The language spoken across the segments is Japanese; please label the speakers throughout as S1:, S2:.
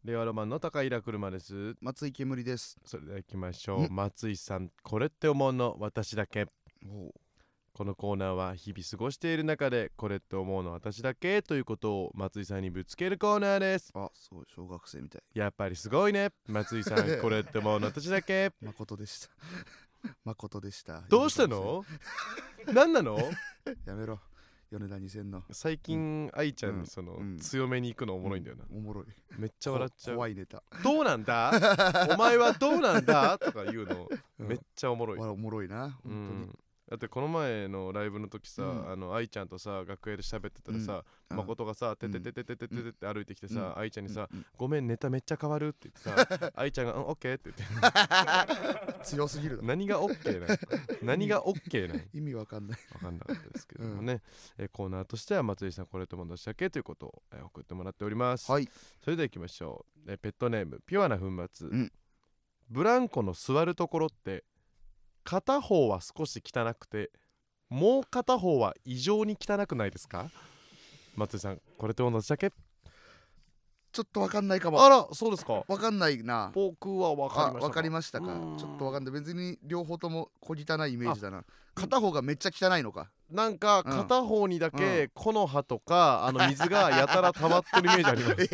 S1: 令和ロマンの高平車です。
S2: 松井けむりです。
S1: それでは行きましょう。松井さん、これって思うの私だけ。このコーナーは日々過ごしている中でこれって思うの私だけということを松井さんにぶつけるコーナーです。
S2: あ、そう、小学生みたい。
S1: やっぱりすごいね松井さんこれって思うの私だけ。
S2: 誠でした誠でした。
S1: どうしたの何なの
S2: やめろ、米田2000の。
S1: 最近愛ちゃんに強めに行くのおもろいんだよな。
S2: おもろい。
S1: めっちゃ笑っちゃう。
S2: 怖いネタ。
S1: どうなんだお前はどうなんだとか言うのめっちゃおもろい。
S2: おもろいな、本当に。
S1: だってこの前のライブの時さ、愛ちゃんとさ楽屋で喋ってたらさ、誠がさててててててててって歩いてきてさ、愛ちゃんにさ、ごめんネタめっちゃ変わるって言ってさ、愛ちゃんがオッケーって言って
S2: 強すぎる。
S1: 何がオッケーなの何がオッケーなの
S2: 意味わかんない。
S1: わかんなかったですけどもね、コーナーとしては松井さんこれともどしだけということを送ってもらっております。
S2: はい。
S1: それでは行きましょう。ペットネームピュアな粉末、ブランコの座るところって片方は少し汚くてもう片方は異常に汚くないですか？松井さんこれと同じだけ。
S2: ちょっとわかんないかも。
S1: あら、そうですか。
S2: わかんないな。
S1: 僕はわかりましたか。
S2: わかりましたか。ちょっとわかんない。別に両方とも小汚いイメージだな。片方がめっちゃ汚いのか。
S1: なんか片方にだけ木の葉とか水がやたら溜まってるイメージあります。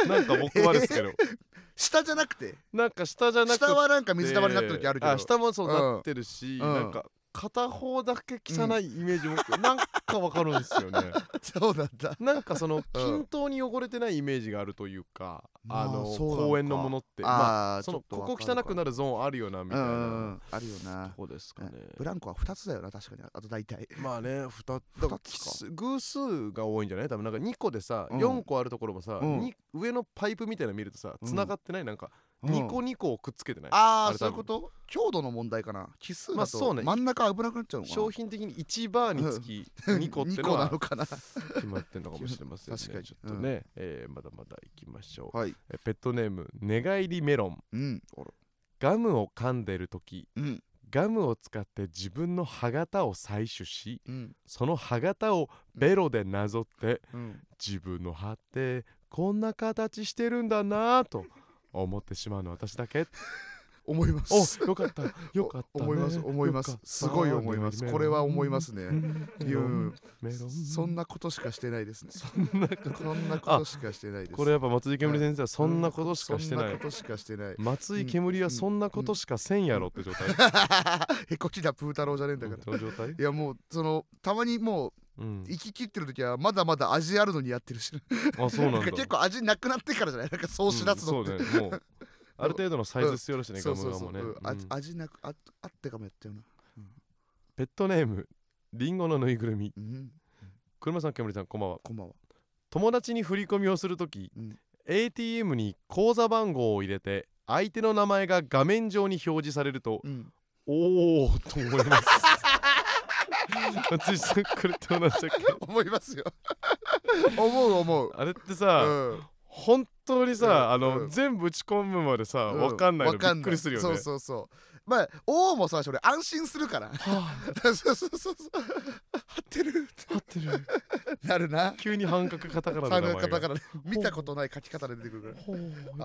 S1: なんか僕はですけど。
S2: 下じゃなくて、
S1: なんか下じゃなくて、
S2: 下はなんか水溜まりになった時あるけど、
S1: 下もそうなってるし、なんか片方だけ汚いイメージもなんかわかるんですよね。
S2: そうなんだ。
S1: なんか均等に汚れてないイメージがあるというか、公園のものってここ汚くなるゾーンあるよなみたいな、
S2: あるよな。
S1: どこですかね。
S2: ブランコは2つだよな、確かに。あと大体
S1: まあね、2つ偶数が多いんじゃない？多分なんか2個でさ、4個あるところもさ、上のパイプみたいなの見るとさ繋がってない？なんか2個2個をくっつけてない？
S2: ああ、そういうこと。強度の問題かな。奇数だと真ん中危なくなっちゃうのかな。
S1: 商品的に1バーにつき2個ってのは
S2: なのかな。
S1: 決まってんのかもしれませんね。
S2: 確かに
S1: ちょっとね、まだまだいきましょう。
S2: はい。
S1: ペットネーム寝返りメロン。ガムを噛んでる時、ガムを使って自分の歯型を採取し、その歯型をベロでなぞって、自分の歯ってこんな形してるんだなぁと思ってしまうの私だけ。
S2: 思います。
S1: お、よかったよかったね。
S2: 思います。すごい思います。これは思いますね。そんなことしかしてないですね。そんなことしかしてないです。
S1: これやっぱ松井けむり先生はそんなことしかしてない。松井けむりはそんなことしかせんやろって状態。
S2: へこちだプー太郎じゃねえんだから。いやもうたまにもう生き切ってる時はまだまだ味あるのにやってるし。
S1: あ、そうなんだ。
S2: 結構味なくなってからじゃない？なんかそうしだすのって。
S1: そうね、もうある程度のサイズ必要だしね、ガムガムもね。
S2: 味なくあってかもやったよな。
S1: ペットネームリンゴのぬいぐるみ。車さん、けむりさん、こんばんは。
S2: こんばんは。
S1: 友達に振り込みをするとき、ATM に口座番号を入れて相手の名前が画面上に表示されると、おーと思います。松井さん、これって同じだっけ？
S2: 思いますよ。思う。
S1: あれってさ、本当にさ、全部打ち込むまでさ、分かんないのびっくりするよね。
S2: そう。まあ王もさ、それ安心するから。そう張ってるなるな。
S1: 急に半角カタカナで名前が
S2: 見たことない書き方で出てくるから。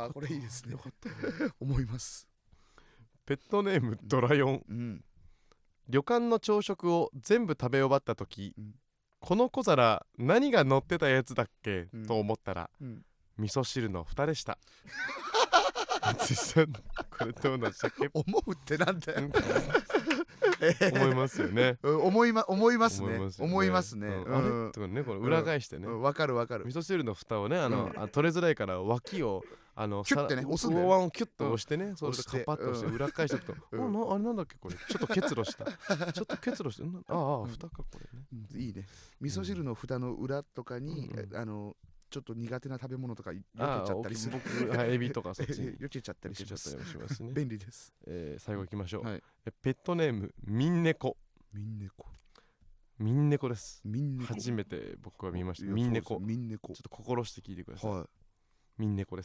S2: あ、これいいですね。思います。
S1: ペットネームドラヨン。旅館の朝食を全部食べ終わった時、この小皿何が乗ってたやつだっけと思ったら味噌汁の蓋でした。松井さん、これどうなんでしたっけ？
S2: 思うってなんだよ。
S1: 思いますよね。
S2: 思いますね。
S1: あれとかね、これ裏返してね。
S2: わかる。味
S1: 噌汁の蓋をね、取れづらいから脇を
S2: キュッてね押すんだよ。
S1: 上腕をキュッと押してね、それでカパッと押して裏返しておくと、あれなんだっけこれ、ちょっと結露した。蓋かこれね。
S2: いいね。味噌汁の蓋の裏とかにちょっと苦手な食べ物とかよけちゃったりする。
S1: エビとかそっちに
S2: よけちゃったりします
S1: ね。
S2: 便利です。
S1: 最後いきましょう。ペットネームミンネコ。ミンネコです。初めて僕は見ました。ミンネコ。ちょっと心して聞いてください。ミンネコです。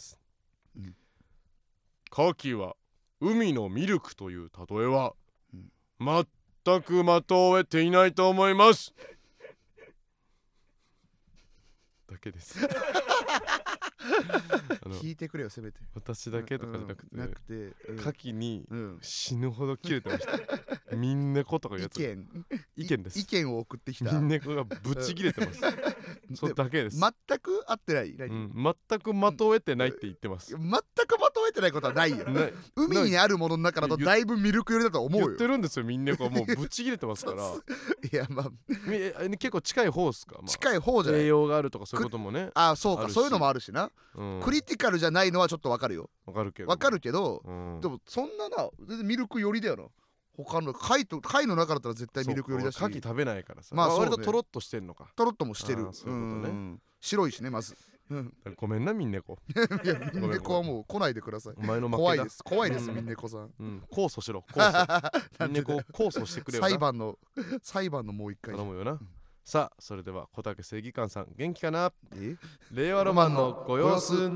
S1: カキは海のミルクという例えは全く的を得ていないと思いますだけです。
S2: 聞いてくれよせめて。
S1: 私だけとかじゃなくて、
S2: なくて
S1: 牡蠣に死ぬほど切れてましたみんなことかやつ意見です。
S2: 意見を送ってきた
S1: みんなこがぶち切れてますそれだけです。
S2: 全く合ってない。
S1: 全く的を得てないって言ってます。
S2: 全く的を得てないことはないよ。海にあるものの中だとだいぶミルク寄りだと思うよ。
S1: 言ってるんですよみんなこはもうぶち切れてますからい
S2: やまあ
S1: 結構近い方ですか。
S2: 近い方じゃない。
S1: 栄養があるとかそういうこともね。
S2: あ、そうか、そういうのもあるしな。クリティカルじゃないのはちょっとわかるよ。わかるけど、でもそんなな全然ミルク寄りだよな。他の貝の中だったら絶対ミルク寄りだし。
S1: 牡蠣食べないからさ。
S2: まあ
S1: 割とトロッとしてんのか。
S2: トロッともしてる。
S1: そういうことね。
S2: 白いしねまず。
S1: ごめんなみんなこ。
S2: いやみんなこはもう来ないでください。
S1: お前の負けだ。
S2: 怖いですみんなこさん。
S1: 控訴しろ。みんなこ控訴してくれよな。
S2: 裁判のもう一回。
S1: 頼むよな。さあそれでは小竹正義感さん元気かな。令和ロマンのご様子。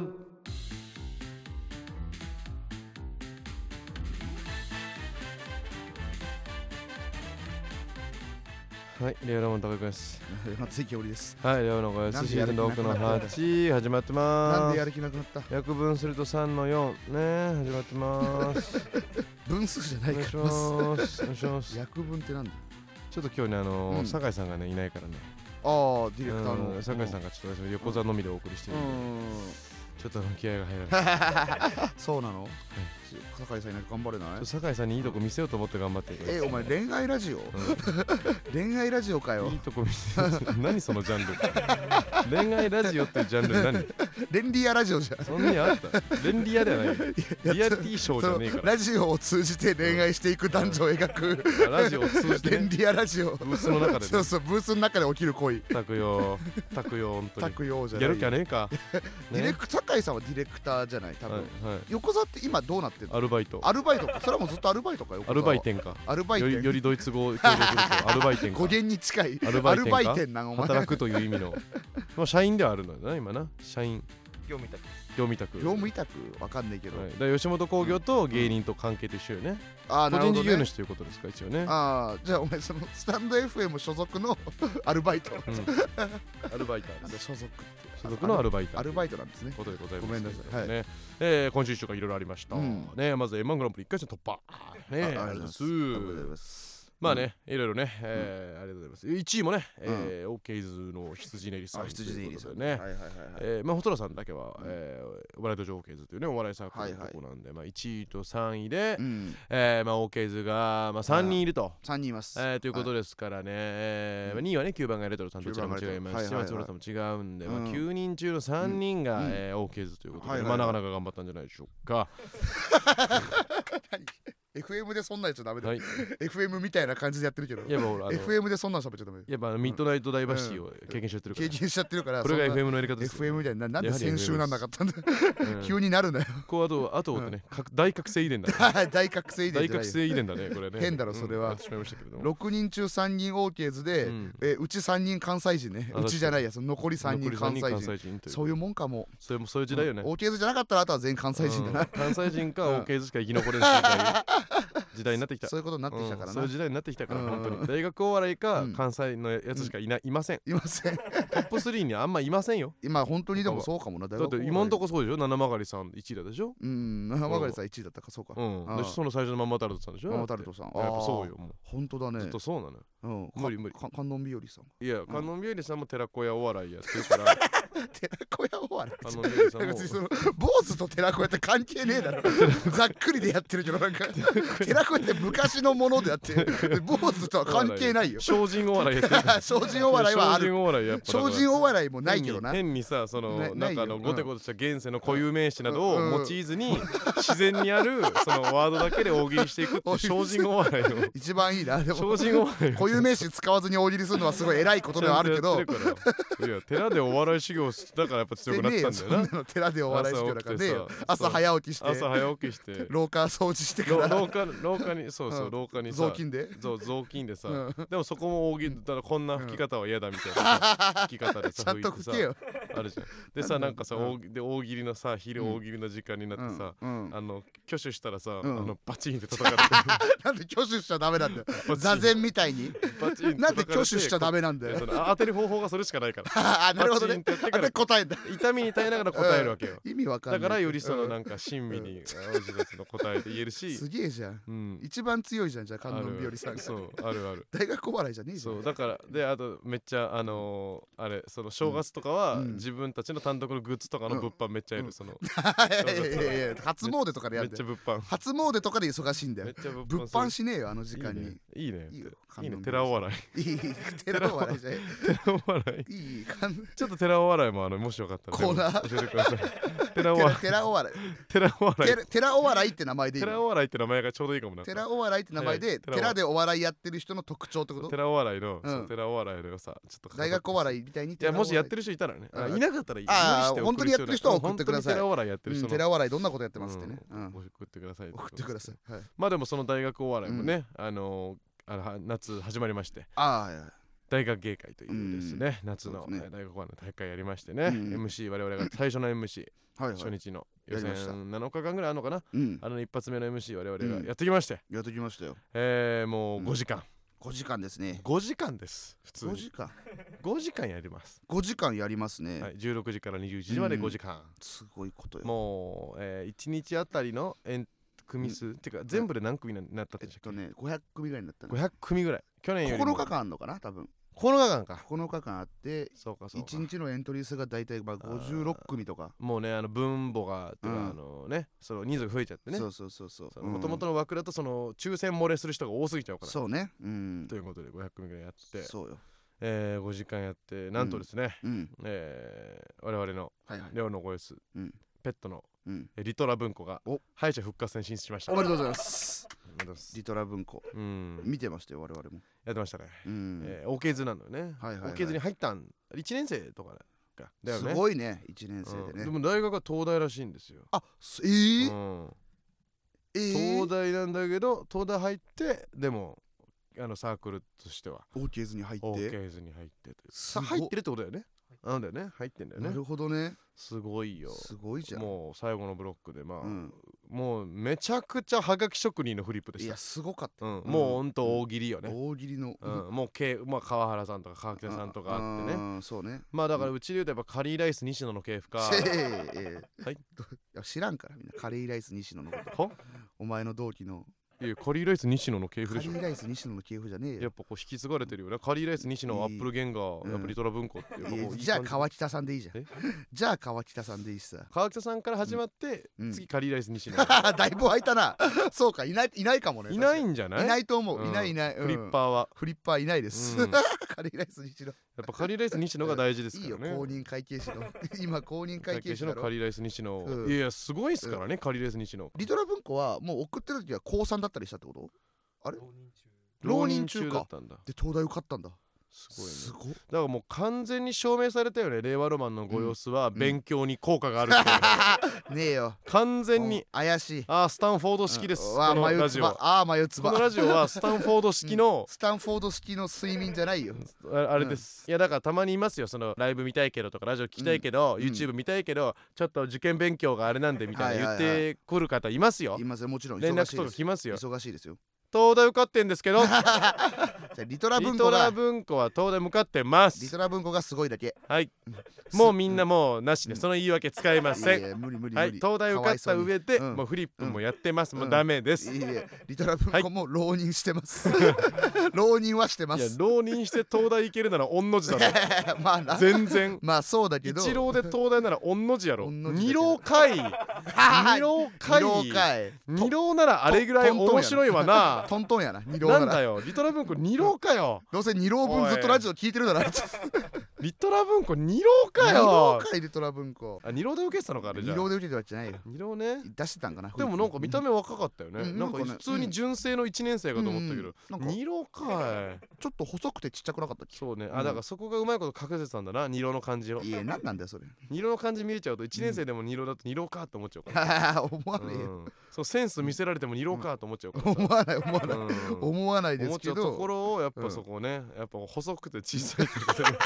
S1: はい、令和ロマン高木です。
S2: 松井香織です。
S1: はい、令和のご様子シーズン6の8始まってます。
S2: なんでやる気なくなった。
S1: 約分すると3の4ね始まってます
S2: 分数じゃないから。
S1: お願いします。
S2: 約分ってなんだ。
S1: ちょっと今日ね酒井さんがねいないからね。
S2: ああディレクターの
S1: 酒井さんがちょっと横座のみでお送りしてるんでちょっと気合が入らない
S2: そうなの。酒井さんいないと頑張れない。
S1: 酒井さんにいいとこ見せようと思って頑張ってる。
S2: お前恋愛ラジオ恋愛ラジオかよ。
S1: いいとこ見せ何そのジャンル恋愛ラジオってジャンル何。
S2: レンリアラジオじゃん。
S1: そんなにあった。レンリアではないリアリティショーじゃねえから。
S2: ラジオを通じて恋愛していく男女を描く
S1: ラジオを通じて
S2: レンリアラジオ
S1: ブースの中で。
S2: そうそうブースの中で起きる恋。
S1: 拓陽本当に
S2: 拓陽じゃない。
S1: やる気はねえか。
S2: 酒井さんはディレクターじゃない多分。横座って今どうなってるの。アルバイトか。それはもうずっとアルバイトかよ。
S1: アルバイテンか。よりドイツ語を協力するとアルバイテンか。
S2: 語源に近い。
S1: アルバイテン
S2: な。
S1: 働くという意味の社員ではあるのよな今な。社員業務委託
S2: わかんないけど。
S1: 吉本興業と芸人と関係と一緒よね。個人事業主ということですか一応ね。
S2: じゃあお前そのスタンド FM 所属のアルバイト。
S1: アルバイターです。所属のアルバイター
S2: なんですね。
S1: ことでございます。
S2: ごめんなさい。
S1: 今週1週間いろいろありました。まず M−1 グランプリ1回戦突破。ありがとうございます。まあね、いろいろね、ありがとうございます。1位もね、オーケーズの羊ねりさん。羊ねりさんね。まあ、ホトラさんだけは、お笑い道場オーケーズというね、お笑いサークルのとこなんで、まあ、1位と3位で、まあ、オーケーズが、まあ、3人いると。
S2: 3人います。
S1: ということですからね、2位はね、9番がレトロさん、どちらも違いますし、松村さんも違うんで、まあ、9人中の3人が、オーケーズということで、まあ、なかなか頑張ったんじゃないでしょうか。
S2: FM でそんなんやっちゃダメだよ。FM みたいな感じでやってるけど。FM でそんなん喋っちゃダメ。
S1: やっぱミッドナイトダイバーシティを経験しちゃってるから。
S2: 経験しちゃってるから。
S1: これが FM のやり方です。
S2: FM みたいな。なんで先週なんなかったんだ。急になるなよ。
S1: あとね、大覚醒遺伝だ。
S2: 大覚醒遺
S1: 伝だね、これね。
S2: 変だろ、それは。6人中3人オーケーズで、うち3人関西人ね。うちじゃないやつ、残り3人関西人。そういうもんかも。
S1: そういう時代よね。
S2: オーケーズじゃなかったらあとは全員関西人だな。
S1: 関西人かオーケーズしか生き残れる時代になってきた。
S2: そういうことになってきたからな。
S1: そういう時代になってきたから本当に。大学お笑いか関西のやつしかいません。
S2: トッ
S1: プ3にあんまいませんよ。
S2: 今本当にでもそうかもな。
S1: だって今んとこそうでしょ。七曲さん1位だでしょ。
S2: 七曲さん1位だったかそうか。
S1: その最初のママタルトさんでしょ。
S2: ママタルトさん。
S1: やっぱそうよ。
S2: 本当だね。
S1: ずっとそうなのよ。無理。
S2: 観音日和さん。
S1: いや観音日和さんも寺子屋お笑いやってるから。
S2: 寺子屋お笑い。
S1: 観音日和さんも。
S2: 坊主と寺子屋って関係ねえだろ。ざっくりでやってるけどなんか寺子屋って昔のものであって坊主とは関係ないよ。
S1: 精進お笑いやってる。
S2: 精進お笑いはある。精進お笑いもないけどな。
S1: 変にさそのなんかゴテゴテした現世の固有名詞などを用いずに自然にあるそのワードだけで大喜利していくって精進お笑いの
S2: 一番いいな。でも
S1: 精進お笑い
S2: 固有名詞使わずに大喜利するのはすごい偉いことではあるけど。
S1: いや寺でお笑い修行だからやっぱ強くなったんだよな。
S2: 寺でお笑い修行だからね。朝早起きして廊下掃除してから
S1: 廊下に廊下にさ
S2: 雑巾で
S1: さでもそこも大喜利だからこんな吹き方は嫌だみたいな吹き方でさ
S2: ちゃんと吹けよ。
S1: あるじゃん。でさ、なんかさ、大喜利のさ、昼大喜利の時間になってさ、挙手したらさ、バチンって叩かれて
S2: なんで挙手しちゃダメなんだよ。座禅みたいになんで挙手しちゃダメなんだよ。
S1: 当てる方法がそれしかないから。
S2: あ、なるほどね。当て答えんだ。
S1: 痛みに耐えながら答えるわけよ。
S2: 意味わかんない。
S1: だからよりそのなんか親身におじたちの答えて言えるし。
S2: すげえじゃん。一番強いじゃん、じゃあ観音日和さんが。
S1: そう、あるある。
S2: 大学お笑いじゃねえじゃん。
S1: そうだからで、あとめっちゃあれ、その正月とかは自分たちの単独のグッズとかの物販めっちゃいる。その
S2: 初詣とかでやる。
S1: めっちゃ物販。
S2: 初詣とかで忙しいんだよ。
S1: めっちゃ物
S2: 販しねえよ、あの時間に。
S1: いいね。
S2: いいよ。
S1: いいね、寺尾笑い。
S2: いい、寺尾笑いじゃない。
S1: 寺尾笑い。
S2: いい。
S1: ちょっと寺尾笑いももしよかったら
S2: コーナー
S1: 教えてください。寺尾
S2: 笑い。寺尾笑いって名前でいい。
S1: 寺尾笑いって名前がちょうどいいかもな。
S2: 寺尾笑いって名前で、寺でお笑いやってる人の特徴ってこと？
S1: 寺尾笑いの、寺尾笑いのさ、ちょっと
S2: 大学お笑いみたいに。
S1: いや、もしやってる人いたらね、いなかったらいい。
S2: ああ、本当にやってる人は送ってください。
S1: 寺尾笑いやってる人。
S2: 寺尾笑いどんなことやってますってね。
S1: 送ってください。
S2: 送ってください。
S1: まあでもその大学お笑いもね、夏始まりまして。大学芸会というですね、夏の大学お笑いの大会やりましてね、MC 我々が最初の MC 初日の予選7日間ぐらいあるのかな、一発目の MC 我々がやってきまして
S2: やってきましたよ。
S1: もう5時間
S2: 5時間ですね。
S1: 5時間です普通に。5時間やります。
S2: 5時間やりますね。
S1: 16時から21時まで5時間。
S2: すごいことよ。
S1: もう1日あたりの組数っていうか全部で何組になったって
S2: 500組ぐらいになったね。
S1: 500組ぐらい。去年よりも
S2: 9日間あんのかな多分。
S1: 9日間か。
S2: 9日間あって、1日のエントリー数がだいたい56組とか。
S1: もうね、分母がその人数が増えちゃってね。もともとの枠だとその抽選漏れする人が多すぎちゃうから。
S2: そうね。
S1: ということで500組ぐらいやって、
S2: そうよ。
S1: 5時間やって、なんとですね、我々のレオのご様子、ペットのリトラ文庫が敗者復活戦進出しました。
S2: おめでとうございます。リトラ文庫見てましたよ、我々も。
S1: やってましたね。OK図なんだよね。OK図に入ったん1年生とかだよね。
S2: すごいね、1年生でね。
S1: でも大学は東大らしいんですよ。
S2: 東
S1: 大なんだけど、東大入ってでもサークルとしては
S2: OK図に入って
S1: 入ってるってことだよね。なんだよね、入ってんだよね。
S2: なるほどね。
S1: すごいよ。
S2: すごいじゃん。
S1: もう最後のブロックでもうめちゃくちゃはがき職人のフリップでした。
S2: いや、すごかった。
S1: もうほんと大喜利よね。
S2: 大喜利の
S1: もう川原さんとか川北さんとかあってね。
S2: そうね。
S1: まあだからうちで言うとやっぱカリーライス西野の系譜か。
S2: 知らんからみんなカリーライス西野のこと。お前の同期の。
S1: いや、カリーライス西野の系譜でしょ。
S2: カリーライス西野の系譜じゃねえよ。
S1: やっぱこう引き継がれてるよね。カリーライス西野、アップルゲンガー、やっぱリトラ文庫っていう。
S2: じゃあ川北さんでいいじゃん。じゃあ川北さんでいいしさ。
S1: 川北さんから始まって次カリーライス西野。
S2: だいぶ空いたな。そうか、いないかもね。
S1: いないんじゃない？
S2: いないと思う。いない。
S1: フリッパーは。
S2: フリッパーいないです。カリーライス西野。
S1: やっぱカリーライス西野が大事ですからね。
S2: いいよ、公認会計士の。今公認会計士の
S1: カリーライス西野。いや、すごいっすからね、カリーライス西野。
S2: リトラ文庫はもう送ってる時は高3だったりしたってこと？あれ？
S1: 浪人中だったんだ。
S2: で東大受かったんだ。
S1: すごいね。だからもう完全に証明されたよね。令和ロマンのご様子は勉強に効果があるって
S2: ねえよ。
S1: 完全に
S2: 怪しい。
S1: スタンフォード式です。このラジオは。このラジオはスタンフォード式の
S2: スタンフォード式の睡眠じゃないよ。
S1: あれです。いやだからたまにいますよ。そのライブ見たいけどとかラジオ聞きたいけど YouTube 見たいけどちょっと受験勉強があれなんでみたいな言ってくる方いますよ。
S2: いますよ、もちろん。
S1: 連絡とか来ますよ。
S2: 忙しいですよ。
S1: 東大受かってんですけど
S2: リトラ文
S1: 庫は東大向かってます。
S2: リトラ文庫がすごいだけ。
S1: はい。もうみんなもうなしでその言い訳使えません。
S2: 無理。
S1: はい、東大受かった上でもうフリップもやってます。もうダメです。
S2: リトラ文庫も浪人してます。浪人はしてます。
S1: いや、浪人して東大行けるなら御の字だろ。
S2: まあな、
S1: 全然。
S2: まあそうだけど、
S1: 一浪で東大なら御の字やろ。二浪かい。二浪ならあれぐらい面白いわな。
S2: トントンやな。二浪なら
S1: なんだよ、リトラ文庫二浪かよ。
S2: どうせ二浪分ずっとラジオ聞いてるなら。
S1: リトラ文庫二浪かよ。
S2: リトラ文庫。
S1: 二浪で受けてたのかあれじゃ。
S2: 二浪で受けてたじゃないよ。
S1: 二浪ね。
S2: 出してたんかな。
S1: でもなんか見た目若かったよね。なんか普通に純正の1年生かと思ったけど、二浪かい。
S2: ちょっと細くてちっちゃくなかったっけ？
S1: そうね。だからそこがうまいこと隠せてたんだな、二浪の感じを。
S2: いや、なんなんだよそれ。
S1: 二浪の感じ見えちゃうと1年生でも二浪だと二浪かって思っちゃうか
S2: ら。思わないよ。
S1: そう、センス見せられても二浪かと思っちゃうから。
S2: 思わないですけど。
S1: 思っちゃうところをやっぱそこね、やっぱ細くて小さいってことになって。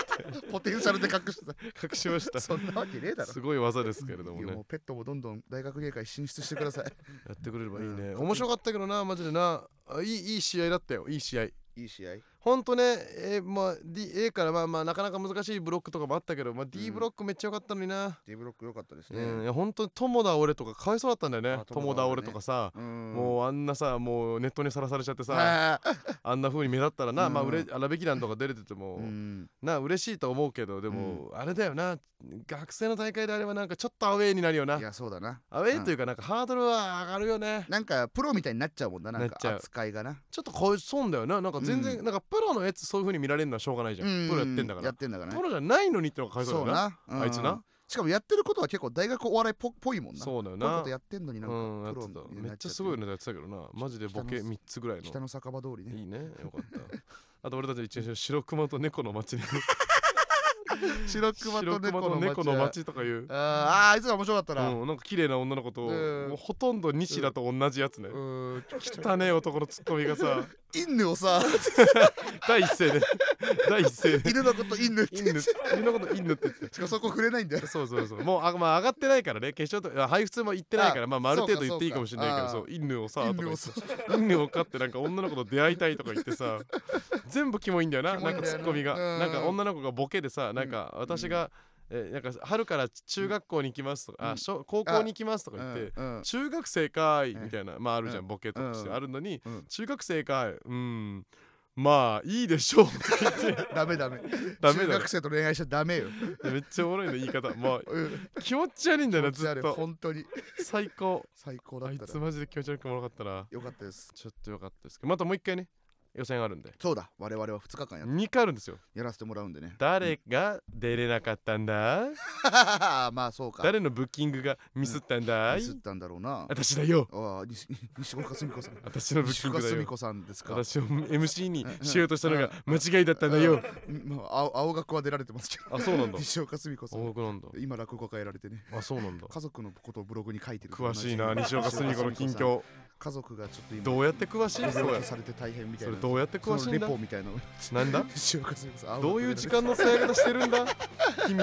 S2: ポテンシャルで隠してた。
S1: 隠しました。
S2: そんなわけねえだろ。
S1: すごい技ですけれどもね。
S2: もうペットもどんどん大学芸会進出してください。
S1: やってくれればいいね。面白かったけどな、マジでな。いい試合だったよ。いい試合。
S2: いい試合。
S1: ほんとね、まあ A からまあなかなか難しいブロックとかもあったけど、まあ D ブロックめっちゃ良かったのにな。
S2: D ブロック良かったですね。
S1: いやほんとに友田俺とかかわいそうだったんだよね。友田俺とかさ、もうあんなさ、もうネットにさらされちゃってさ、あんな風に目立ったらな、まあ荒引き団とか出れててもな嬉しいと思うけど、でもあれだよな、学生の大会であればなんかちょっとアウェーになるよな。
S2: いやそうだな。
S1: アウェーというかなんかハードルは上がるよね。
S2: なんかプロみたいになっちゃうもんな、なんか扱いがな。
S1: ちょっとかわいそうだよな。なんか全然なんかプロのやつそういう風に見られるのはしょうがないじゃん。プロやってんだから。
S2: やってんだからね。
S1: プロじゃないのにってのがかわいそうだよな。あいつな。
S2: しかもやってることは結構大学お笑いっぽいもんな。
S1: そうだよな。
S2: こういうことやってんのになんかプロ
S1: めっちゃすごいのやってたけどな。マジでボケ3つぐらいの。
S2: 北の酒場通りね。
S1: いいね。よかった。あと俺たち一応白熊と猫の街に。
S2: 白熊と猫の
S1: 街とかいう。
S2: あいつが面白かったな。
S1: なんか綺麗な女の子とほとんど西田と同じやつね。汚ねえ男のツッコミがさ、
S2: 犬をさ
S1: 第一声で
S2: 犬のこと犬って
S1: 犬のこと犬って言って、
S2: しかもそこ触れないんだよ。
S1: そうもうまあ上がってないからね、決勝と配布通も行ってないから、まあある程度言っていいかもしれないけど、そう犬をさ犬を飼ってなんか女の子と出会いたいとか言ってさ、全部キモいんだよな。なんかツッコミがなんか女の子がボケでさ、なんか私がなんか春から中学校に行きますとか、高校に行きますとか言って、中学生かいみたいな、まああるじゃん、ボケとしてあるのに、中学生かい、まあいいでしょうって言って
S2: ダメ中学生と恋愛しちゃダメよ。
S1: めっちゃおもろいの言い方、まあ気持ち悪いんだよな、ずっと。
S2: 本当に
S1: 最高
S2: だったら。
S1: あいつマジで気持ち悪くもなかったな。
S2: よかったです。
S1: ちょっとよかったですけど、またもう一回ね予選あるんで。
S2: そうだ、我々は2日間
S1: 2回あるんですよ。
S2: やらせてもらうんでね。
S1: 誰が出れなかったんだ
S2: まあそうか。
S1: 誰のブッキングがミスったんだ
S2: ミスったんだろうな。
S1: 私だよ。
S2: 西岡澄子さん。
S1: 私のブッキングだよ。
S2: 西岡澄子さんですか。
S1: 私を MC にしようとしたのが間違いだったんだよ。
S2: 青学は出られてますけど。
S1: あ、そうなんだ。
S2: 西岡澄子さん。
S1: 青学なんだ。
S2: 今落語家やられてね。
S1: あ、そうなんだ。
S2: 家族のことをブログに書いてる。
S1: 詳しいな、西岡澄子の近況。
S2: 家族がちょっと今
S1: どうやって詳しい？
S2: そうやされて大変みたいな。
S1: それどうやって詳しいんだ？
S2: レポみたいな。
S1: なんだ？
S2: 西岡澄子さん。
S1: どういう時間の使い方してるんだ君。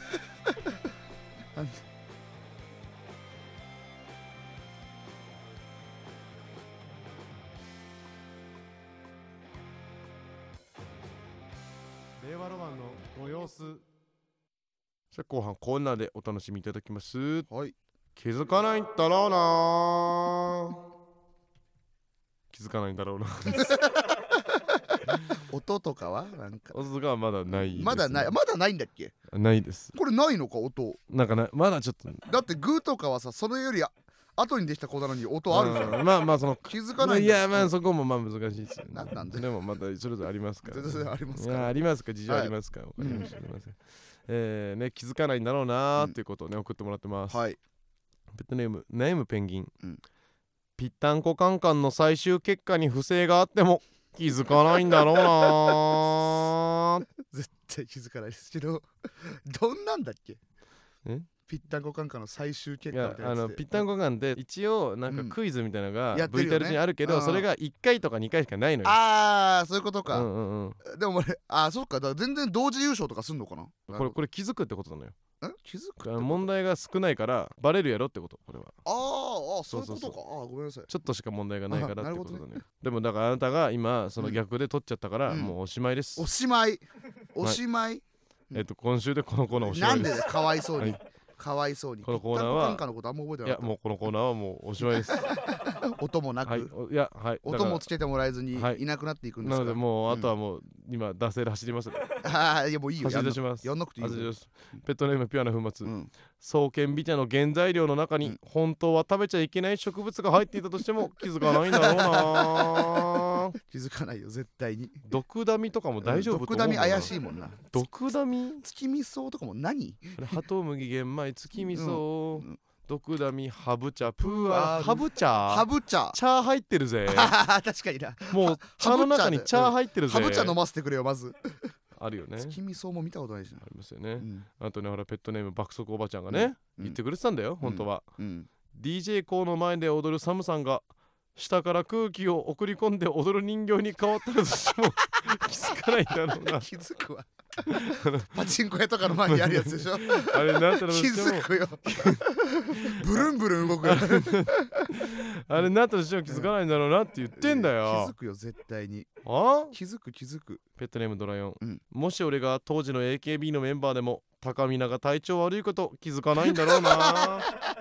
S1: 令和ロマンのご様子。さあ後半コーナーでお楽しみいただきます。
S2: はい。
S1: 気づかないんだろうな。気づかないんだろうな。
S2: 音とかはなんか
S1: 音がまだないですね。
S2: まだないんだっけ。
S1: ないです。
S2: これないのか音。
S1: なんかまだちょっと。
S2: だってグーとかはさ、そのより後にできた子なのに音あるじゃん。
S1: まあその
S2: 気づかない。
S1: いやまあそこもまあ難しいですよね。
S2: なんで。
S1: でもまたそれぞれありますから。
S2: 全然ありますか。
S1: いやありますか、事情ありますか。わかりました。すみません。ね、気づかないんだろうなーっていうことをね送ってもらってます。
S2: はい。
S1: ペットネームナイムペンギン。ぴったんこカンカンの最終結果に不正があっても気づかないんだろうな。
S2: 絶対気づかないですけど、どんなんだっけ。ぴったんこカンカンの最終結果みたいな。
S1: ぴったんこカンって一応なんかクイズみたいなのが VTR 中にあるけど、それが1回とか2回しかないのよ。
S2: ああそういうことか。でも俺そっか、だから全然同時優勝とかすんのかな。
S1: これ気づくってことなのよ。
S2: 気づく
S1: 問題が少ないからバレるやろってこと、これは。
S2: そういうことか。ごめんなさい。
S1: ちょっとしか問題がないからってことだね。でもだからあなたが今その逆で取っちゃったからもうおしまいです。
S2: おしまい。
S1: 今週でこのコーナーおしまいです。
S2: なんでかわいそうに。かわいそうに。
S1: このコーナーは
S2: い
S1: やもうこのコーナーはもうおしまいです。
S2: 音もなく、
S1: いやはい、
S2: 音もつけてもらえずにいなくなっていくんですか。
S1: なのでもうあとはもう今惰性で走ります。
S2: いやもういいよ。
S1: 走り出します。
S2: やんなくていいよ。
S1: ペットネームピュアな粉末。爽健美茶の原材料の中に本当は食べちゃいけない植物が入っていたとしても気づかないんだろうな。
S2: 気づかないよ絶対に。
S1: 毒ダミとかも大丈夫。
S2: 毒ダミ怪しいもんな。
S1: 毒ダミ？
S2: 月見草とかも何？
S1: ハトムギ玄米月味噌。毒ダミハブ茶プーアハブ茶茶入ってるぜ。
S2: 確かにな。
S1: もう茶の中に茶入ってるぜ。
S2: ハブ茶飲ませてくれよまず。
S1: あるよね。
S2: 月見草も見たことないしな。
S1: ありますよね。あとねほらペットネーム爆速おばちゃんがね言ってくれてたんだよ本当は。DJ コーの前で踊るサムさんが下から空気を送り込んで踊る人形に変わったとしても気づかないんだろうな。
S2: 気づくわ。 パチンコ屋とかの前にあるやつでしょ
S1: あれなったら
S2: 気づくよブルンブルン動くよ
S1: あれなったとしても気づかないんだろうなって言ってんだよ。
S2: 気づくよ絶対に。気づく。
S1: ペットネームドラヨン、
S2: うん、
S1: もし俺が当時の AKB のメンバーでも高見菜が体調悪いこと気づかないんだろうな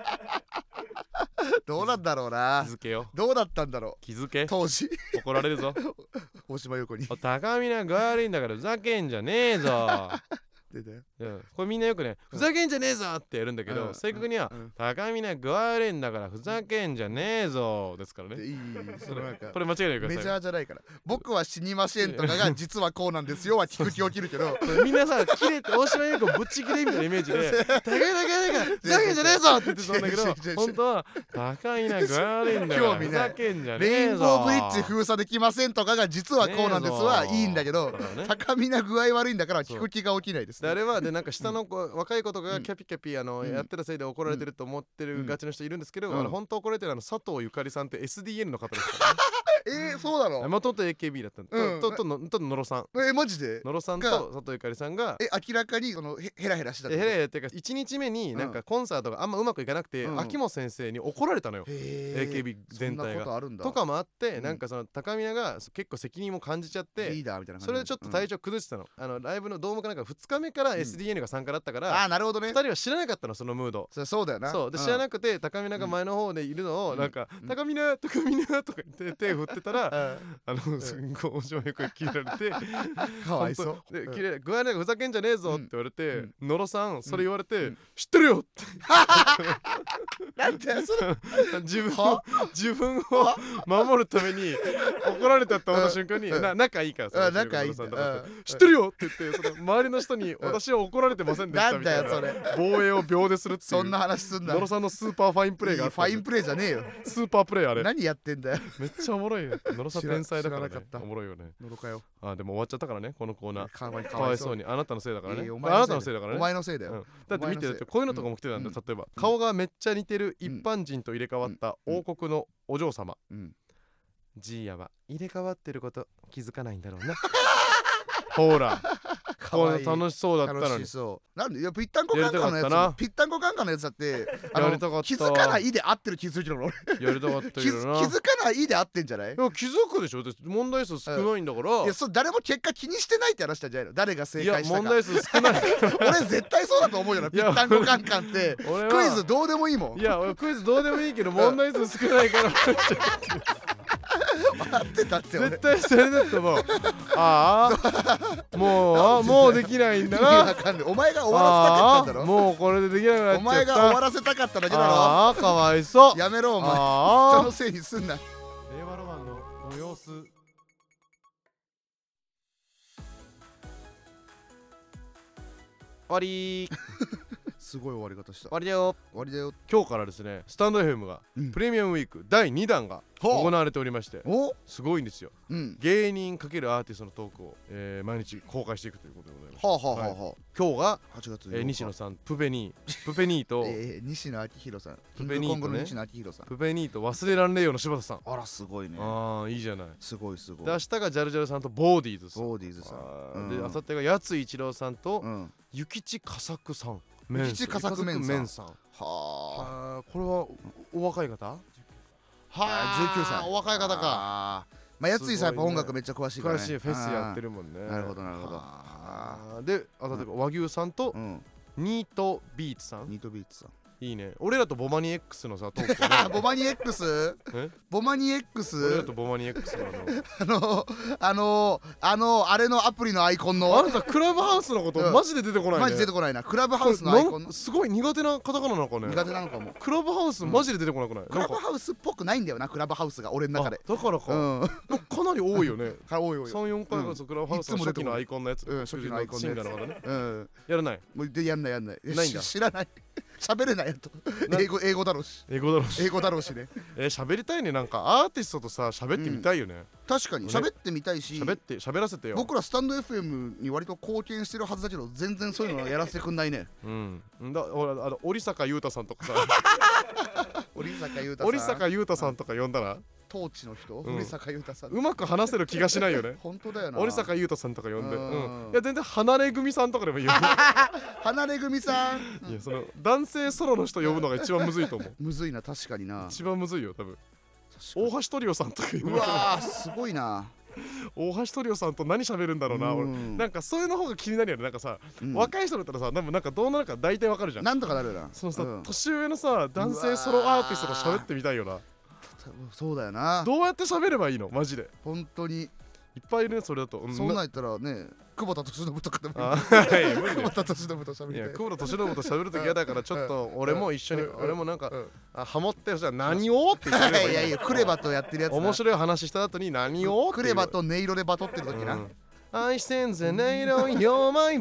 S2: どうなんだろうな。
S1: 気づけよ。
S2: どうだったんだろう。
S1: 気づけ。
S2: 当時
S1: 怒られるぞ
S2: 大島優子に
S1: 高見菜が悪いんだからふざけんじゃねえぞ
S2: 出たよ、
S1: これみんなよくね、ふざけんじゃねえぞってやるんだけど、正確には、高見菜が悪いんだからふざけんじゃねえぞですからね。
S2: いいそれなんか
S1: これ間違いないでください。
S2: メジャーじゃないから。僕は死にませんとかが実はこうなんですよは聞く気起きるけど
S1: みんなさ、キレって大島優子ぶっちぎれみたいなイメージで高見菜が悪いからふざけんじゃねえぞって言ってたんだけど、本当は高見菜が悪いんだからふざけんじゃねえぞ。
S2: レインボーブリッジ封鎖できませんとかが実はこうなんですはいいんだけど、高見菜具合悪いんだから聞く気が起きないですね。
S1: あれはでなんか下の子、若い子とかがキャピキャピやってるせいで怒られてると思ってるガチの人いるんですけど、本当怒られてる佐藤ゆかりさんって SDN の方ですからね。
S2: そうなの？
S1: 元々 AKB だったの。と野呂さん。
S2: マジで？
S1: 野呂さんと佐藤ゆかりさんが
S2: 明らかにそのヘラヘラしてた。
S1: ヘラヘラっていうか1日目になんかコンサートがあんまうまくいかなくて、秋元先生に怒られたのよ。AKB 全体が。とかもあってなんかその高見菜が結構責任も感じちゃって、それでちょっと体調崩してたの。ライブのドームかなんか2日目から SDN が参加だったから。
S2: なるほどね。
S1: 2人は知らなかったのそのムード。
S2: そうだよな。
S1: そうで知らなくて高見菜が前の方でいるのをなんか高見菜とか言って手振ってたらすんごい面白い声切られて
S2: かわいそう
S1: で具合なんかふざけんじゃねえぞって言われて、野呂さんそれ言われて知ってるよって
S2: なんだよそれ
S1: 自分を守るために怒られたって思った瞬間に仲いいからさ
S2: 仲いい
S1: 知ってるよって言ってその周りの人に私は怒られてませんでしたみたいな防衛を秒でするっていう
S2: そんな話すんだ。
S1: 野呂さんのスーパーファインプレーがあった。
S2: ファインプレーじゃねえよ。
S1: スーパープレーあれ
S2: 何やってんだよ。
S1: めっちゃおもろいよ。野呂さん天才だからね。おもろいよね。
S2: 野呂かよ。
S1: でも終わっちゃったからねこのコーナー。
S2: か
S1: わいそうにあなたのせいだからね。
S2: あなたのせいだからね。お前のせいだよ。
S1: だって見てこういうのとかも来てたんだ。例えば顔がめっちゃ似てる一般人と入れ替わった王国のお嬢様。ジーヤは入れ替わってること気づかないんだろうな。ほら楽しそうだったのに。
S2: なんでいやぴったんこカンカンのやつぴったんこカンカンのやつだって気づかないで合ってる気づいてるの。
S1: やりたかったけどな。
S2: 気づかないで合ってんじゃない？
S1: いや気づくでしょ。問題数少ないんだから。
S2: いや誰も結果気にしてないって話したんじゃないの？誰が正解したか。
S1: いや問題数少ない。
S2: 俺絶対そうだと思うよな。ぴったんこカンカンってクイズどうでもいいもん。
S1: いやクイズどうでもいいけど問題数少ないから
S2: 待ってたって
S1: 絶対それだと思う。もうできないんだな。
S2: お前が終わらせたかったんだろ。
S1: もうこれでできなくなっちゃった。
S2: お前が終わらせたかっただけだろ。
S1: かわいそう。
S2: やめろお前。人のせいにすんな。
S1: 令和ロマンのご様子。終わり
S2: すごい終わり方した。
S1: 終わりだよ。今日からですねスタンド FM がプレミアムウィーク第2弾が行われておりまして、すごいんですよ。芸人×アーティストのトークを毎日公開していくということでございます。今日が
S2: 8月
S1: 西野さんプペニーと
S2: 西野昭弘さん
S1: プペニーと
S2: 西野昭弘さん
S1: プペニーと忘れらんねえよの柴田さん。
S2: あらすごいね。
S1: いいじゃない。
S2: すごいで
S1: 明日がジャルジャルさんとボーディーズさ
S2: ん
S1: で、明後日がやつ一郎さんと諭吉佳作さん。
S2: 諭吉佳作メンさん。
S1: これはお若い方
S2: ？19歳。
S1: お若い方か。
S2: やついさんやっぱ音楽めっちゃ詳しいからね。
S1: 詳しい。フェスやってるもんね。
S2: なるほど。
S1: で明後日が和牛さんとニートビーツさん。いいね。俺らとボマニ X のさトーク。
S2: ボマニ X？ ボマニ X？
S1: 俺らとボマニ X
S2: のあれのアプリのアイコンの。
S1: あなたクラブハウスのことマジで出てこないね。
S2: マジ出てこないな。クラブハウスのアイコン
S1: すごい苦手なカタカナなのかね。
S2: 苦手なのかも。
S1: クラブハウスマジで出てこなくない？
S2: クラブハウスっぽくないんだよな。クラブハウスが俺の中で。
S1: だからか。かなり多いよね。
S2: 多い。
S1: 3、4回がクラブハウスの初期のアイコンのやつ。
S2: 初期のアイコンのやつ。
S1: やらない。
S2: もうやんない。
S1: ないんだ。
S2: 知らない。喋れないやと。英語だろうし。英語だろうしね。
S1: 喋りたいね。なんかアーティストとさ喋ってみたいよね。
S2: 確かに喋ってみたいし。
S1: 喋らせてよ。
S2: 僕らスタンド FM に割と貢献してるはずだけど全然そういうのやらせてくんないね。
S1: 織坂優太さんとかさ。
S2: 織坂優太さんとか呼んだら当地の人、森坂優太さん
S1: うまく話せる気がしないよね。
S2: 本当だよな。
S1: 森坂優太さんとか呼んで、いや全然離れ組さんとかでもいいよ。
S2: 離れ組さん。
S1: いやその男性ソロの人呼ぶのが一番むずいと思う。
S2: むずいな、確かにな。
S1: 一番むずいよ多分。大橋トリオさんとか呼ぶ。
S2: うわーすごいな。
S1: 大橋トリオさんと何喋るんだろうな、俺なんかそういうの方が気になるよね。なんかさ、若い人だったらさ、なんかどうなるか大体わかるじゃん。
S2: なんとかなるな。
S1: そのさ、年上のさ男性ソロアーティストと喋ってみたいよな。
S2: そうだよな。
S1: どうやって喋ればいいのマジで。
S2: 本当に
S1: いっぱいいるねそれだと。
S2: そうなったらね、久保田利伸とかでも
S1: 久
S2: 保田利伸と喋りたい。
S1: いや久保田利伸と喋るとき嫌だから、ちょっと俺も一緒に、俺もなんかハモってじゃあ何をって言ってればいい。
S2: いやいやクレバとやってるやつ。
S1: 面白い話した後に何を
S2: クレバと音色でバトってる時な。
S1: 愛してんぜ音色 You're my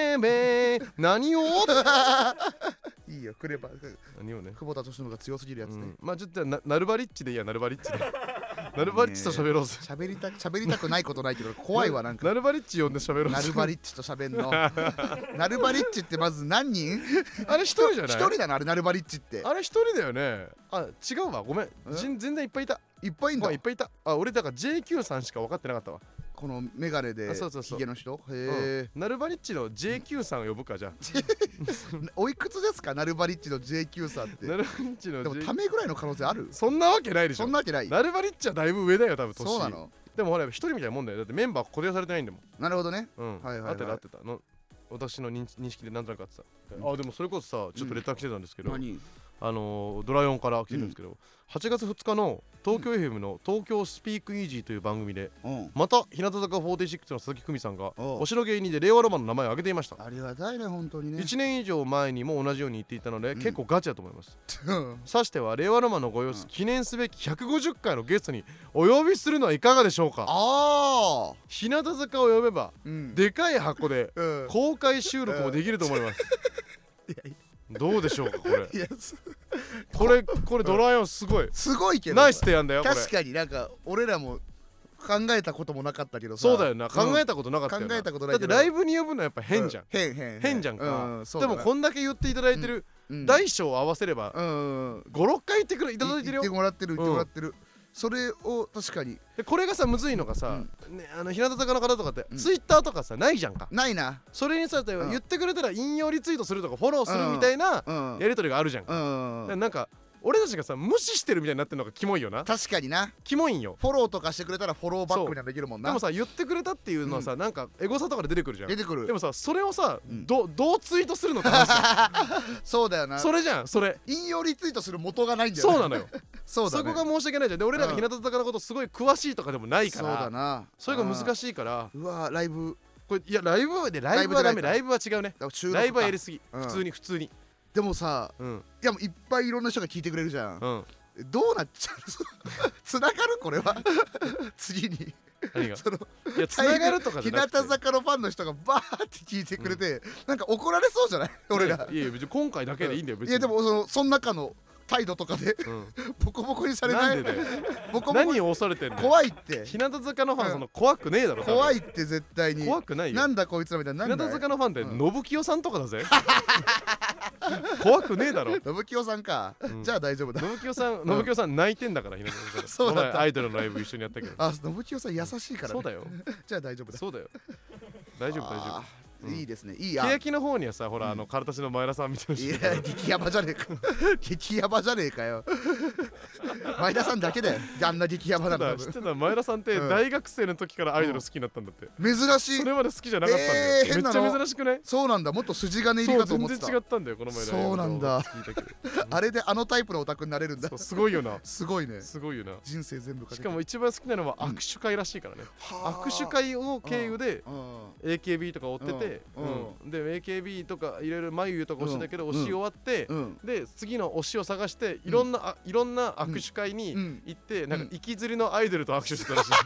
S1: baby 何を。
S2: いいよクレバ。
S1: 何をね。
S2: 久保田利伸が強すぎるやつね。
S1: まあちょっとナルバリッチでいいや。ナルバリッチでナルバリッチと喋ろうぜ。
S2: 喋りたくないことないけど怖いわ。なんか
S1: ナルバリッチ呼んで喋ろうぜ。
S2: ナルバリッチと喋んの。ナルバリッチってまず何人？
S1: あれ一人じゃない？
S2: 一人だなあれナルバリッチって。
S1: あれ一人だよね。あ違うわごめん。全然いっぱいいた。
S2: いっぱいいんだ。
S1: いっぱいいた。あ俺だから JQ さんしか分かってなかったわ。
S2: このメガネでヒゲの人。へえ。
S1: ナルバリッチの JQ さんを呼ぶかじゃあ。
S2: おいくつですかナルバリッチの JQ さんって。
S1: ナルバリッチの
S2: でもためぐらいの可能性ある？
S1: そんなわけないでしょ。
S2: そんなわけない。
S1: ナルバリッチはだいぶ上だよ多分年。
S2: そうなの？
S1: でもほら一人みたいなもんだよ。だってメンバー固定されてないんだもん。
S2: なるほどね。
S1: はいはい。合ってたの。私の認識でなんとなくあってた。あでもそれこそさちょっとレター来てたんですけど、ドラヨンから来てるんですけど、8月2日の東京 FM の東京スピークイージーという番組で、また日向坂46の鈴木久美さんがお城芸人で令和ロマンの名前を挙げていました。
S2: ありがたいね本当にね。
S1: 1年以上前にも同じように言っていたので、結構ガチだと思います。さしては令和ロマンのご様子、記念すべき150回のゲストにお呼びするのはいかがでしょうか。日向坂を呼べば、でかい箱で公開収録もできると思います。どうでしょうかこれ。これドラえもんすごい
S2: けど
S1: ナイス提案だよ。
S2: 確かになんか俺らも考えたこともなかったけどさ。
S1: そうだよな。考えたことなかったよな。だってライブに呼ぶのはやっぱ変じゃん。変じゃんか。でもこんだけ言っていただいてる大小を合わせれば5、6回言っていただいてるよ。
S2: 言ってもらってる。それを確かに
S1: これがさむずいのがさ、日向坂の方とかってツイッターとかさないじゃんか。
S2: ないな。
S1: それにさ言ってくれたら引用リツイートするとかフォローするみたいなやり取りがあるじゃんか。なんか俺たちがさ無視してるみたいになってるのがキモいよな。
S2: 確かにな。
S1: キモいんよ。
S2: フォローとかしてくれたらフォローバックにはできるもんな。
S1: でもさ言ってくれたっていうのはさ、なんかエゴサとかで出てくるじゃん。
S2: 出てくる。
S1: でもさそれをさ、どうツイートするのって話じゃん。
S2: そうだよな。
S1: それじゃん。それ
S2: 引用リツイートする元がないんだよ。
S1: そうなのよ。
S2: そうだね。
S1: そこが申し訳ないじゃん。で俺らが日向坂のことすごい詳しいとかでもないから。
S2: そうだな。
S1: それが難しいから。
S2: うわライブ
S1: これいやライブはダメ。ライブは違うね。ライブはやりすぎ。普通に。
S2: でもさ、いやもういっぱいいろんな人が聞いてくれるじゃん。どうなっちゃう？つながるこれは次に。
S1: 何が？いやつながるとかじゃなくて、
S2: 日向坂のファンの人がバーって聞いてくれて、なんか怒られそうじゃない？俺ら。
S1: いや別に今回だけでいいんだよ別に。
S2: いやでもその中の態度とかでボコボコにされない？
S1: なんでだよ。何を恐れてんの？
S2: 怖いって。
S1: 日向坂のファンその怖くねえだろ。
S2: 怖いって絶対に。
S1: 怖くないよ。
S2: なんだこいつらみたいな。
S1: 日向坂のファンって信清さんとかだぜ。怖くねえだろ。
S2: 信清さんか。じゃあ大丈夫だ。
S1: 信清さん泣いてんだから日向坂。そうだ。アイドルのライブ一緒にやったけど。
S2: あ、信清さん優しいから。
S1: そうだよ。
S2: じゃあ大丈夫だ。
S1: そうだよ。大丈夫。
S2: いいですね。いいや。
S1: 欅の方にはさ、ほらカルタシの前田さんみたいな。
S2: いや激ヤバじゃねえか。激ヤバじゃねえかよ。前田さんだけだよ。あんな激ヤバなの。
S1: 知ってた？前田さんって大学生の時からアイドル好きになったんだって。
S2: 珍しい。
S1: それまで好きじゃなかったんだよ。めっちゃ珍しくない？
S2: そうなんだ。もっと筋金入りかと思ってた。
S1: 全然違ったんだよこの前。
S2: そうなんだ。あれであのタイプのオタクになれるんだ。
S1: すごいよな。
S2: すごいね。
S1: すごいよな。
S2: 人生全部かけて。
S1: しかも一番好きなのは握手会らしいからね。握手会を経由で AKB とか追ってて、で AKB とかいろいろ眉とか推してたけど推し終わって、で次の推しを探していろんな握手会に行って、なんか息づりのアイドルと握手してたらしい。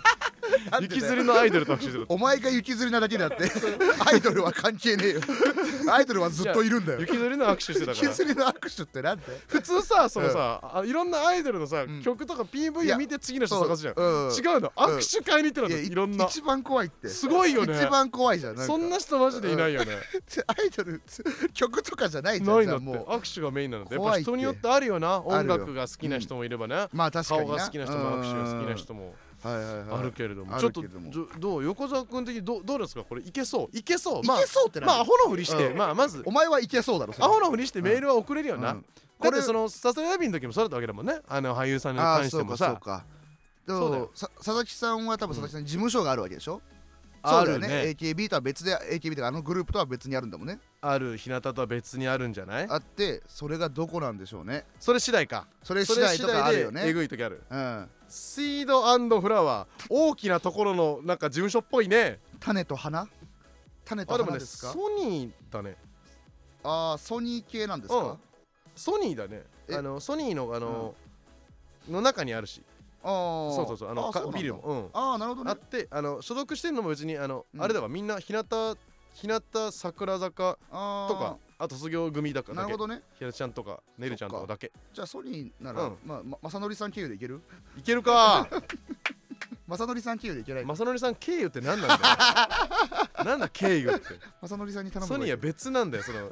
S1: 雪吊りのアイドルと握手する。
S2: お前が雪吊りなだけであってアイドルは関係ねえよ。アイドルはずっといるんだよ。
S1: 雪吊りの握手してたから。
S2: 雪吊りの握手ってなんで？
S1: 普通さ、そのさ、いろんなアイドルのさ、曲とか PV を見て次の人探すじゃん。違うの、握手会に行ってたの。いろんな。
S2: 一番怖いって。
S1: すごいよね。
S2: 一番怖いじゃん。
S1: そんな人マジでいないよね。
S2: アイドル曲とかじゃないじゃん。
S1: ないんだって。握手がメインなので、やっぱ人によってあるよな。音楽が好きな人もいればね。
S2: まあ確かに。
S1: 顔が好きな人も握手が好きな人も。あるけれども、ちょっとどう横澤君的にどうですかこれ？いけそう？いけそう？
S2: いけそうって
S1: まあアホのふりして、まず
S2: お前はいけそうだろ。
S1: アホのふりしてメールは送れるよな。だってそのササヤビの時もそうだったわけだもんね。俳優さんに関してもさ。
S2: そうか。でも佐々木さんは多分佐々木さんに事務所があるわけでしょ。
S1: あるね。
S2: AKB とは別で AKB とかグループとは別にあるんだもんね。
S1: ある日向とは別にあるんじゃない？
S2: あってそれがどこなんでしょうね。
S1: それ次第か。
S2: それ次第とかあるよね。
S1: えぐい時ある。シード&フラワー、大きなところのなんか事務所っぽいね。
S2: 種と花？種と花ですか？
S1: ソニーだね。
S2: ソニー系なんですか？
S1: ソニーだね。ソニーのの中にあるし。そうビルも
S2: なるほどね。
S1: あって所属してるのも別にあれだわ、みんな日向桜坂とかあと卒業組だからだけ。
S2: なるほどね。
S1: ひなちゃんとかねるちゃんとかだけ。
S2: じゃあソニーなら正則さん経由でいける？
S1: いけるか。
S2: 正則さん経由でいけない。
S1: 正則さん経由って何なんだよ。なんだ経由って。
S2: 正則さんに頼む。
S1: ソニーは別なんだよ。その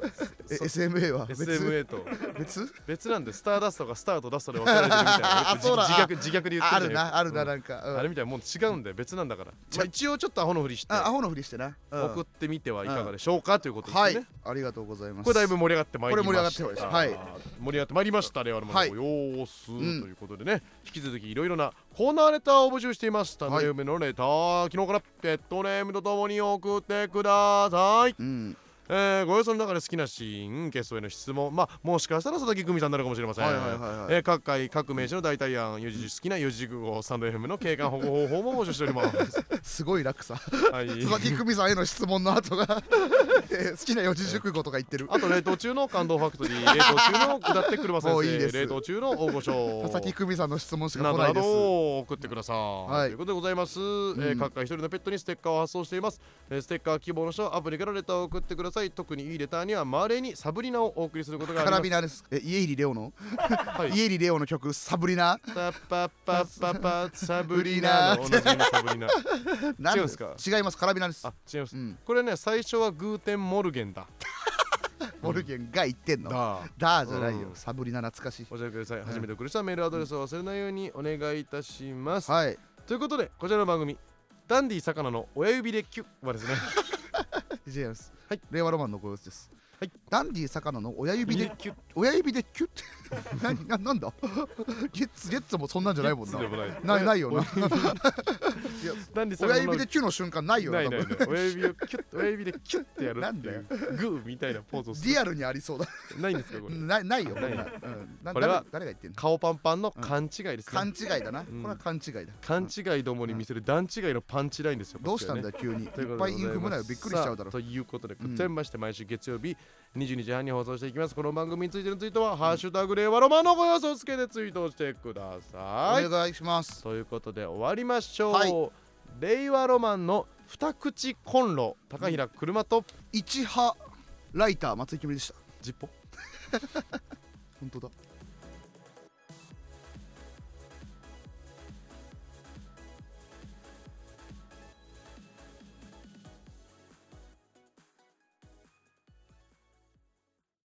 S2: SMA は
S1: SMA と別なんで、スターダストがスターとダストで分かれてるみたいな。自虐で言ってるじゃん。
S2: あるななんか
S1: あれみたいなもん違うんだよ。別なんだから。一応ちょっとアホのふりして
S2: な
S1: 送ってみてはいかがでしょうかということですね。
S2: はい、ありがとうございます。
S1: これだいぶ盛り上がってまいりました。
S2: 盛り上がってまいりました。
S1: 令和ロマンの様子ということでね、引き続きいろいろなコーナーレターを募集しています。種埋めのレター、昨日からペットネームとともに送ってください。ご予想の中で好きなシーン、ゲストへの質問、もしかしたら佐々木久美さんになるかもしれません。各回各名詞の代替案、好きな四字熟語、スタンド FM の景観保護方法も募集しております。
S2: すごい落差。佐々木久美さんへの質問の後が好きな四字熟語とか言ってる。
S1: あと冷凍中の感動ファクトリー、冷凍中の下って車先生、冷凍中の大御所、
S2: 佐々木久美さんの質問しか来ないです。
S1: などを送ってください。ということでございます。各回一人のペットにステッカーを発送しています。ステッカー希望の人はアプリからレターを送ってください。特にいいレターには稀にサブリナをお送りすることがあります。
S2: カラビナです。家入レオの家入レオの曲サブリナ、
S1: パパパパパサブリナの同じサブリナ。違うんですか？
S2: 違います。カラビナです。
S1: 違います。これね、最初はグーテンモルゲンだ。
S2: モルゲンが言ってんの。だじゃないよ。サブリナ懐かしい。
S1: お教えてください。初めて送る人はメールアドレスを忘れないようにお願いいたします。
S2: はい。
S1: ということでこちらの番組ダンディ魚の親指でキュッはですね。
S2: 違います。
S1: はい。
S2: 令和ロマンのご様子です。
S1: はい。
S2: ダンディ魚の親指でキュッ、親指でキュッってなんだ？ゲッツもそんなんじゃないもんな。ないよな。親指でキュの瞬間ないよな。
S1: ない。親指をキュッ、親指でキュッってやるっていうグーみたいなポーズをする。
S2: リアルにありそうだ。
S1: ないんですかこれ？
S2: ないよ。
S1: これは
S2: 誰が言ってんの？
S1: 顔パンパンの勘違いですね。
S2: 勘違いだな。これは勘違いだ。
S1: 勘違いどもに見せる段違いのパンチラインですよ。
S2: どうしたんだ急に。いっぱいインフムなよ。びっくりしちゃうだろ。
S1: ということで、全まして毎週月曜日22時半に放送していきます。この番組についてのツイートはハッシュタグ令和ロマンのご予想をつけてツイートしてください。
S2: お願いします。
S1: ということで終わりましょう。令和ロマンの二口コンロ、高平車と
S2: 一派ライター松井きむりでした。
S1: ジッポ
S2: 本当だ。